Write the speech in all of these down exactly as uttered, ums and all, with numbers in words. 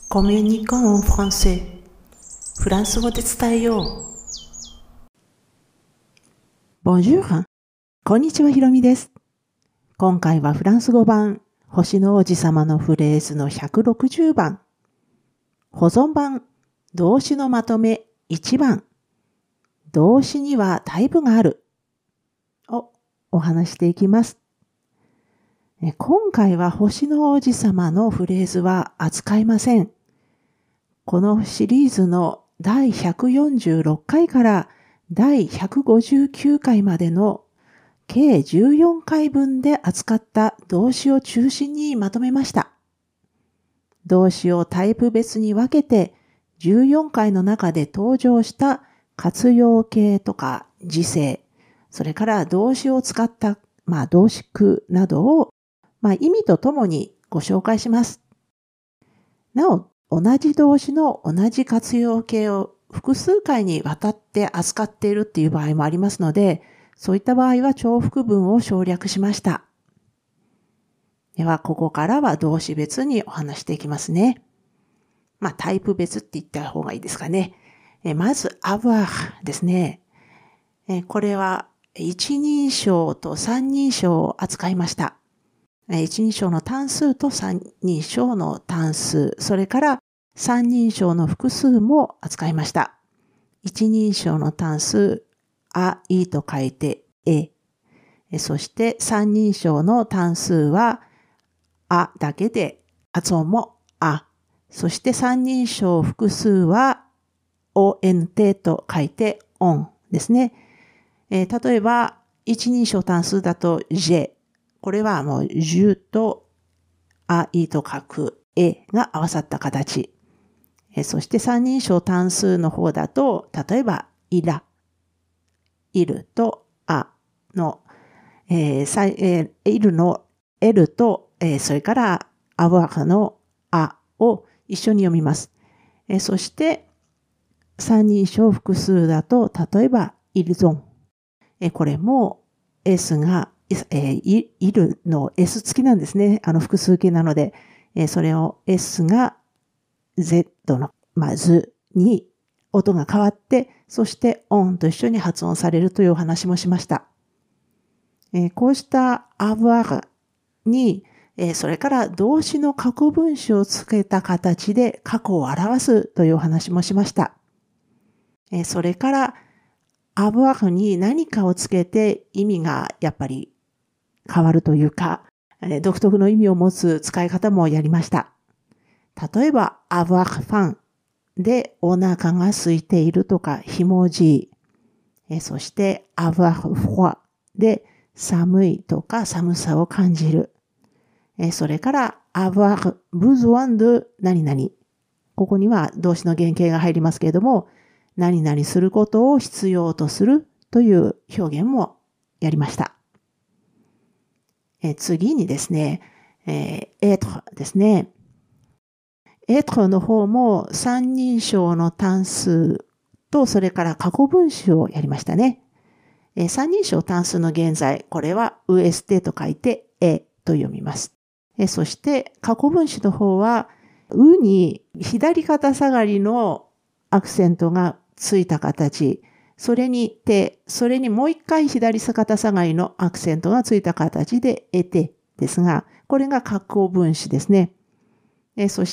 コミュニコンフランセフランス語で伝えよう。Bonjour。こんにちは、ひろみです。今回はフランス語版、星の王子様のフレーズのひゃくろくじゅうばん。保存版、動詞のまとめいちばん。動詞にはタイプがある。をお話していきます。今回は星の王子様のフレーズは扱いません。このシリーズのだいひゃくよんじゅうろっかいからだいひゃくごじゅうきゅうかいまでの計じゅうよんかいぶんで扱った動詞を中心にまとめました。動詞をタイプ別に分けてじゅうよんかいの中で登場した活用形とか時制、それから動詞を使った、まあ、動詞句などを、まあ、意味とともにご紹介します。なお、同じ動詞の同じ活用形を複数回にわたって扱っているっていう場合もありますので、そういった場合は重複文を省略しました。では、ここからは動詞別にお話していきますね。まあ、タイプ別って言った方がいいですかね。えまず、avoir ですね。えこれは一人称と三人称を扱いました。一人称の単数と三人称の単数、それから三人称の複数も扱いました。一人称の単数、あ、いと書いてえ。そして三人称の単数は、あだけで発音もあ。そして三人称複数は、おんてと書いてオンですね。えー、例えば、一人称単数だと j'ai。これはもう、je と、あ、いと書く、えが合わさった形。えそして三人称単数の方だと、例えば、いら、いると、あの、えーえー、いるの L と、えー、それから、avoir のあを一緒に読みます。えー、そして、三人称複数だと、例えば、ils ont。えー、これも S が、えー、い, いるの S 付きなんですね。あの複数形なので、えー、それを S が Z の、まあ、図に音が変わって、そして on と一緒に発音されるというお話もしました。えー、こうした avoir に、えー、それから動詞の過去分詞をつけた形で過去を表すというお話もしました。えー、それからavoir に何かをつけて意味がやっぱり変わるというか、独特の意味を持つ使い方もやりました。例えば、avoir faim でお腹が空いているとか、ひもじい。そして、avoir froid で寒いとか寒さを感じる。それから、avoir besoin de 何々。ここには動詞の原型が入りますけれども、何々することを必要とするという表現もやりました。え次にですね、えー、être ですね。être の方も三人称の単数とそれから過去分詞をやりましたね。えー、三人称単数の現在、これは ウエステ と書いて え と読みます。えー、そして過去分詞の方は、うに左肩下がりのアクセントがついた形、それにて、それにもう一回左肩下がりのアクセントがついた形で得てですが、これが過去分詞ですね。えそして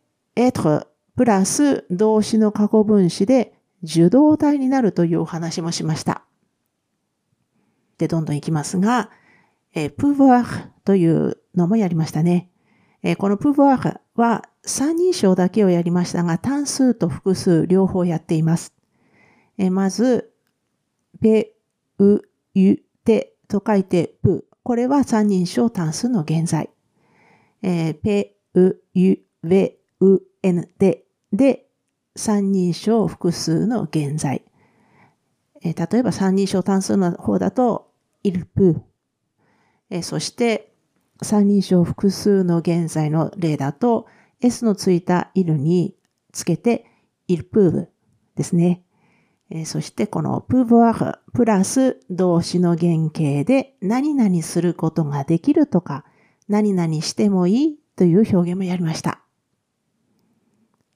、être プラス動詞の過去分詞で受動体になるというお話もしました。で、どんどんいきますが、え pouvoir というのもやりましたね。えこの pouvoir は三人称だけをやりましたが、単数と複数両方やっています。えまず、ぺ、う、ゆ、てと書いてぷ。これは三人称単数の現在。えー、ぺ、う、ゆ、べ、う、えん、でで三人称複数の現在。えー、例えば三人称単数の方だと、il peut。えー、そして、三人称複数の現在の例だと、S のついた il につけて、il peut ですね。えー、そしてこの pouvoir プラス動詞の原型で何々することができるとか何々してもいいという表現もやりました。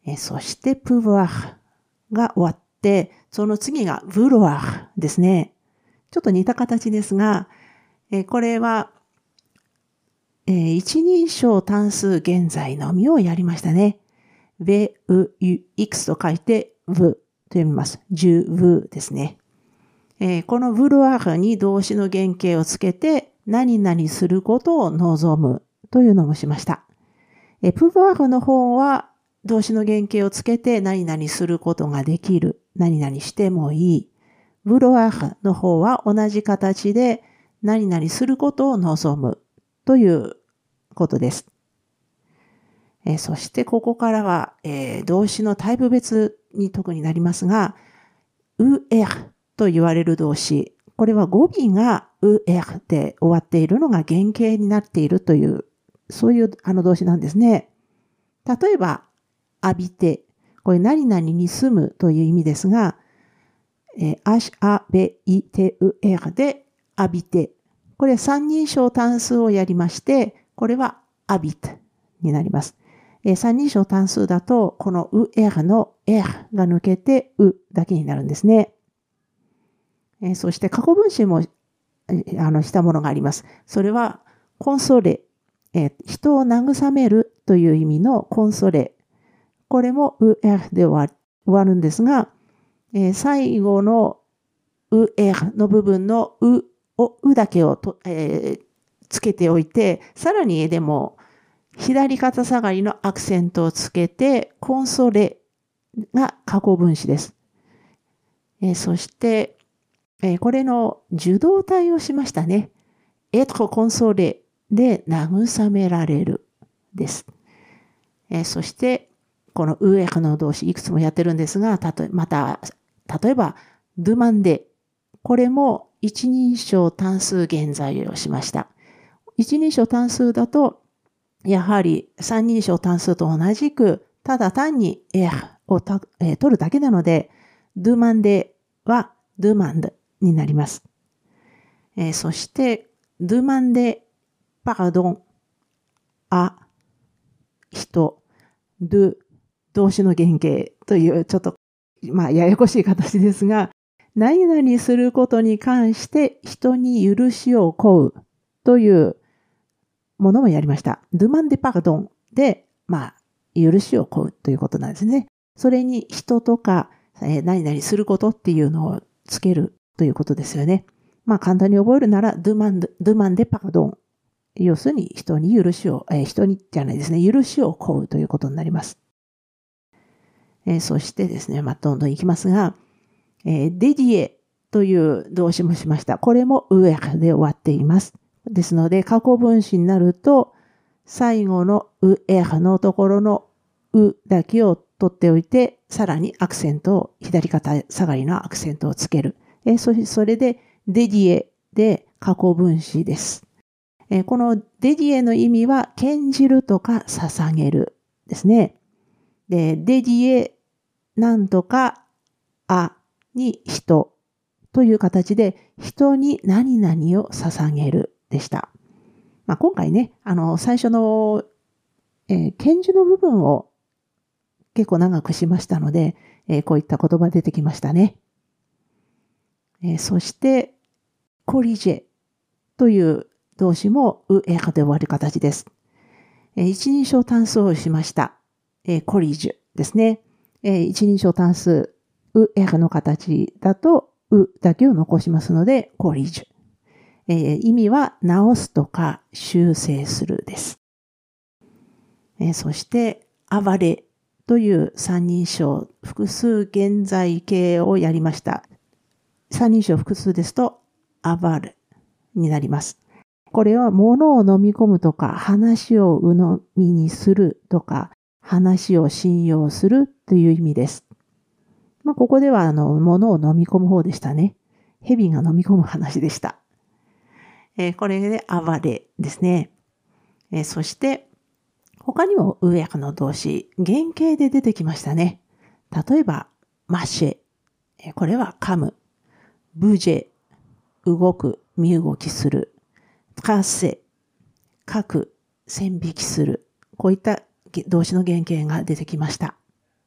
えそして、プヴワーが終わって、その次がヴロワーですね。ちょっと似た形ですが、えこれは、えー、一人称単数現在のみをやりましたね。v, u, u, x と書いて v と読みます。je, v ですね。えー、この vouloir に動詞の原型をつけて何々することを望むというのもしました。えー、pouvoir の方は動詞の原型をつけて何々することができる。何々してもいい。vouloir の方は同じ形で何々することを望むということです。えー、そしてここからは、えー、動詞のタイプ別に特になりますが、er と言われる動詞、これは語尾が er で終わっているのが原型になっているという、そういうあの動詞なんですね。例えば、habiter、これ何々に住むという意味ですが、えー、habiter で habiter。これ三人称単数をやりまして、これは habite になります。えー、三人称単数だと、この er の er が抜けて u だけになるんですね。えー、そして過去分詞も、えー、あのしたものがあります。それはコンソレ、えー、人を慰めるという意味のコンソレ。これも er で終わるんですが、えー、最後の er の部分の u を u だけをと、えー、つけておいて、さらにでも左肩下がりのアクセントをつけて、コンソレが過去分詞です。えー、そして、えー、これの受動体をしましたね。être consolé で慰められるです。えー、そして、この er の動詞いくつもやってるんですが、たとまた、例えば、demander。これも一人称単数現在をしました。一人称単数だと、やはり三人称単数と同じく、ただ単に er をた、えー、取るだけなので、demander は demand になります。えー、そして、demander pardon あ、人、do 動詞の原型というちょっと、まあ、ややこしい形ですが、何々することに関して人に許しを請うというものもやりました。demander pardon で、まあ、許しを請うということなんですね。それに人とか、えー、何々することっていうのをつけるということですよね。まあ、簡単に覚えるなら demander, demander pardon。要するに人に許しを、えー、人にじゃないですね、許しを請うということになります。えー、そしてですね、まあ、どんどんいきますが、えー、デディエという動詞もしました。これもウエで終わっています。ですので、過去分詞になると、最後のウエのところのうだけを取っておいて、さらにアクセントを、左肩下がりのアクセントをつける。えー、そそれで、デディエで過去分詞です。えー、このデディエの意味は、献じるとか捧げるですね。で、デディエなんとかあに人という形で、人に何々を捧げるでした。まあ、今回ね、あの、最初の、えー、献辞の部分を結構長くしましたので、えー、こういった言葉出てきましたね。えー、そして、コリジェという動詞もウエカで終わる形です。えー、一人称単数をしました。えー、コリジュですね。えー、一人称単数、ウエカの形だと、うだけを残しますので、コリジュ。えー、意味は直すとか修正するです。えー、そして、あばれという三人称複数現在形をやりました。三人称複数ですと、あばれになります。これは物を飲み込むとか、話を鵜呑みにするとか、話を信用するという意味です。まあ、ここではあの物を飲み込む方でしたね。蛇が飲み込む話でした。えー、これであばれですね。えー、そして、他にもウエアの動詞、原型で出てきましたね。例えば、マシェ。えー、これは噛む。ブジェ。動く、身動きする。トラッセ。書く、線引きする。こういった動詞の原型が出てきました。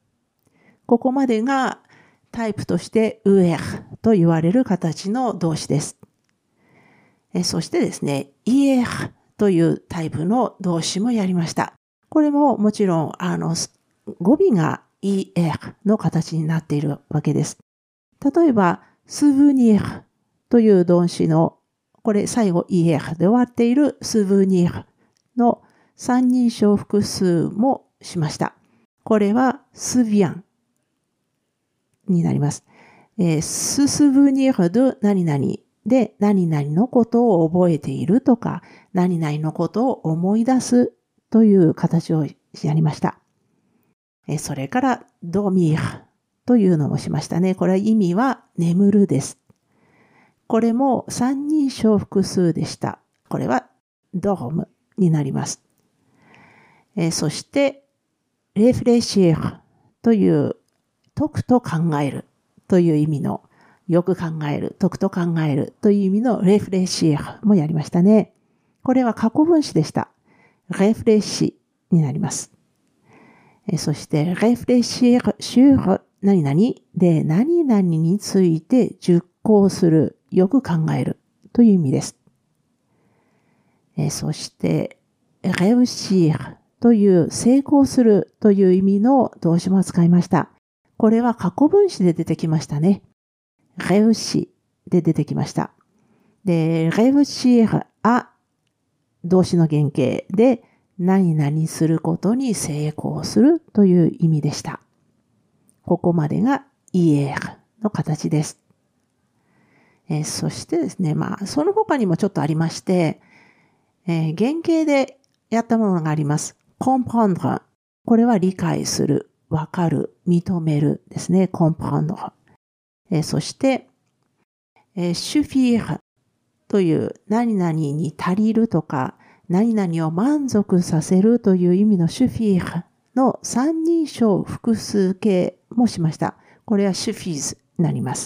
ここまでがタイプとしてウエーと言われる形の動詞です。えそしてですね、イエーというタイプの動詞もやりました。これももちろん、あの、語尾がイエーの形になっているわけです。例えば、スヴーニーという動詞の、これ最後イエーで終わっているスヴーニーの三人称複数もしました。これはスヴィアンになります。えー、ススヴーニーで何々で何々のことを覚えているとか、何々のことを思い出すという形をやりました。えー、それからドミーというのもしましたね。これは意味は眠るです。これも三人称複数でした。これはドームになります。えー、そして、レフレシーという解くと考えるという意味のよく考える、解くと考えるという意味のレフレシーもやりましたね。これは過去分詞でした。レフレシになります。えー、そして、レフレシーシュー何々で何々について熟考する、よく考えるという意味です。えー、そして、レウシーという成功するという意味の動詞も使いました。これは過去分詞で出てきましたね。レウシーで出てきました。で、レウシーあ動詞の原型で何々することに成功するという意味でした。ここまでがイエーの形です。えー、そしてですね、まあ、その他にもちょっとありまして、えー、原型でやったものがあります。comprendre。これは理解する、わかる、認めるですね。comprendre。えー、そして、えー、suffire という何々に足りるとか、何々を満足させるという意味の suffire の三人称複数形もしました。これは suffise になります。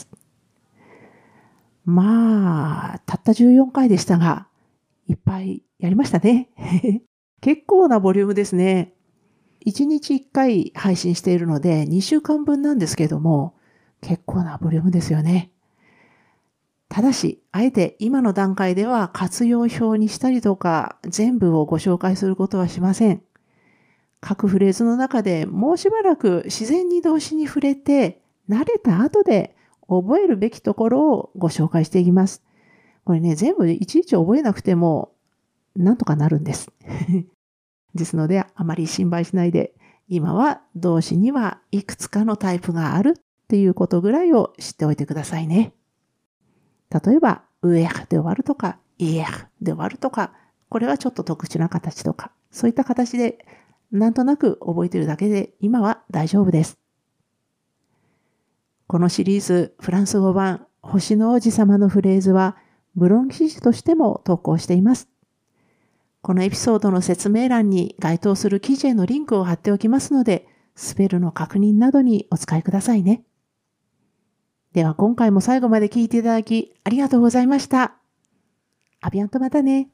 まあ、たったじゅうよんかいでしたが、いっぱいやりましたね。結構なボリュームですね。いちにちいっかい配信しているのでにしゅうかんぶんなんですけども、結構なボリュームですよね。ただし、あえて今の段階では活用表にしたりとか、全部をご紹介することはしません。各フレーズの中でもうしばらく自然に動詞に触れて、慣れた後で覚えるべきところをご紹介していきます。これね、全部いちいち覚えなくても、なんとかなるんです。ですので、あまり心配しないで、今は動詞にはいくつかのタイプがあるっていうことぐらいを知っておいてくださいね。例えば、ウエーで終わるとか、イエーで終わるとか、これはちょっと特殊な形とか、そういった形でなんとなく覚えているだけで今は大丈夫です。このシリーズフランス語版星の王子様のフレーズはブログ記事としても投稿しています。このエピソードの説明欄に該当する記事へのリンクを貼っておきますので、スペルの確認などにお使いくださいね。では今回も最後まで聞いていただきありがとうございました。アビアンとまたね。